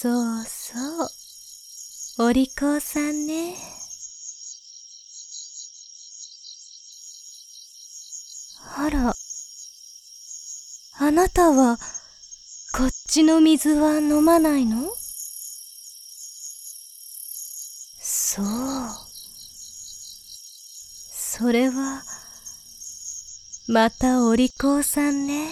そうそう、お利口さんね。あら、あなたはこっちの水は飲まないの？そう、それはまたお利口さんね。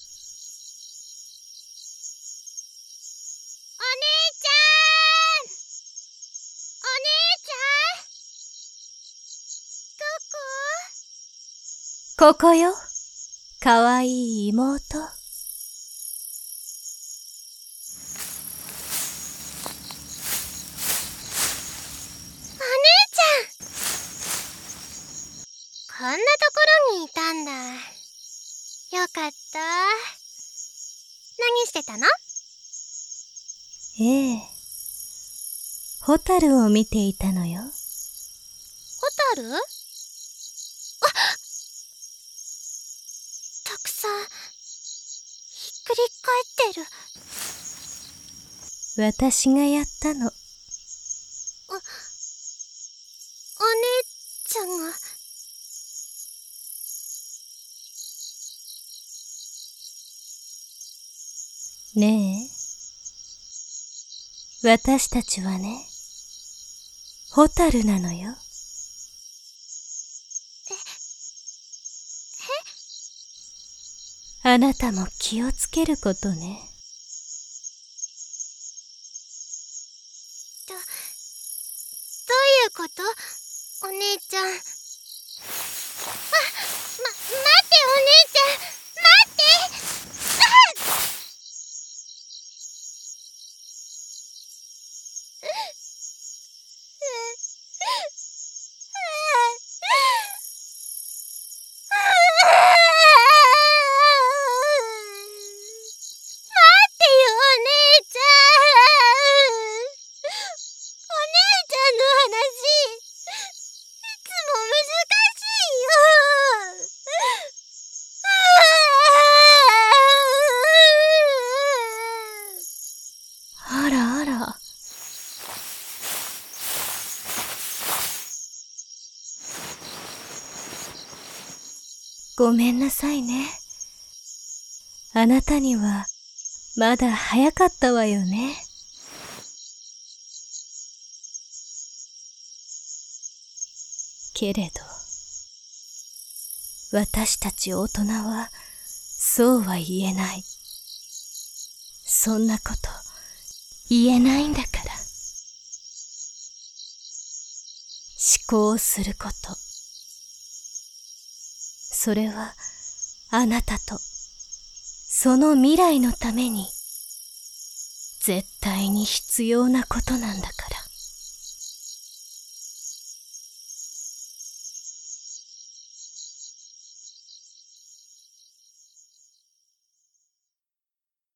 ここよ、かわいい妹。 こんなところにいたんだ。よかった。何してたの？ ええ、ホタルを見ていたのよ。 ホタル？たくさんひっくり返ってる。 私がやったの。 お姉ちゃんが。 ねえ、私たちはね、ホタルなのよ。あなたも気をつけることね。 どういうこと？お姉ちゃん。待って、お姉ちゃん、待って。 あらあら。ごめんなさいね。あなたにはまだ早かったわよね。けれど、私たち大人はそうは言えない。そんなこと言えないんだから。思考すること。それはあなたとその未来のために絶対に必要なことなんだから。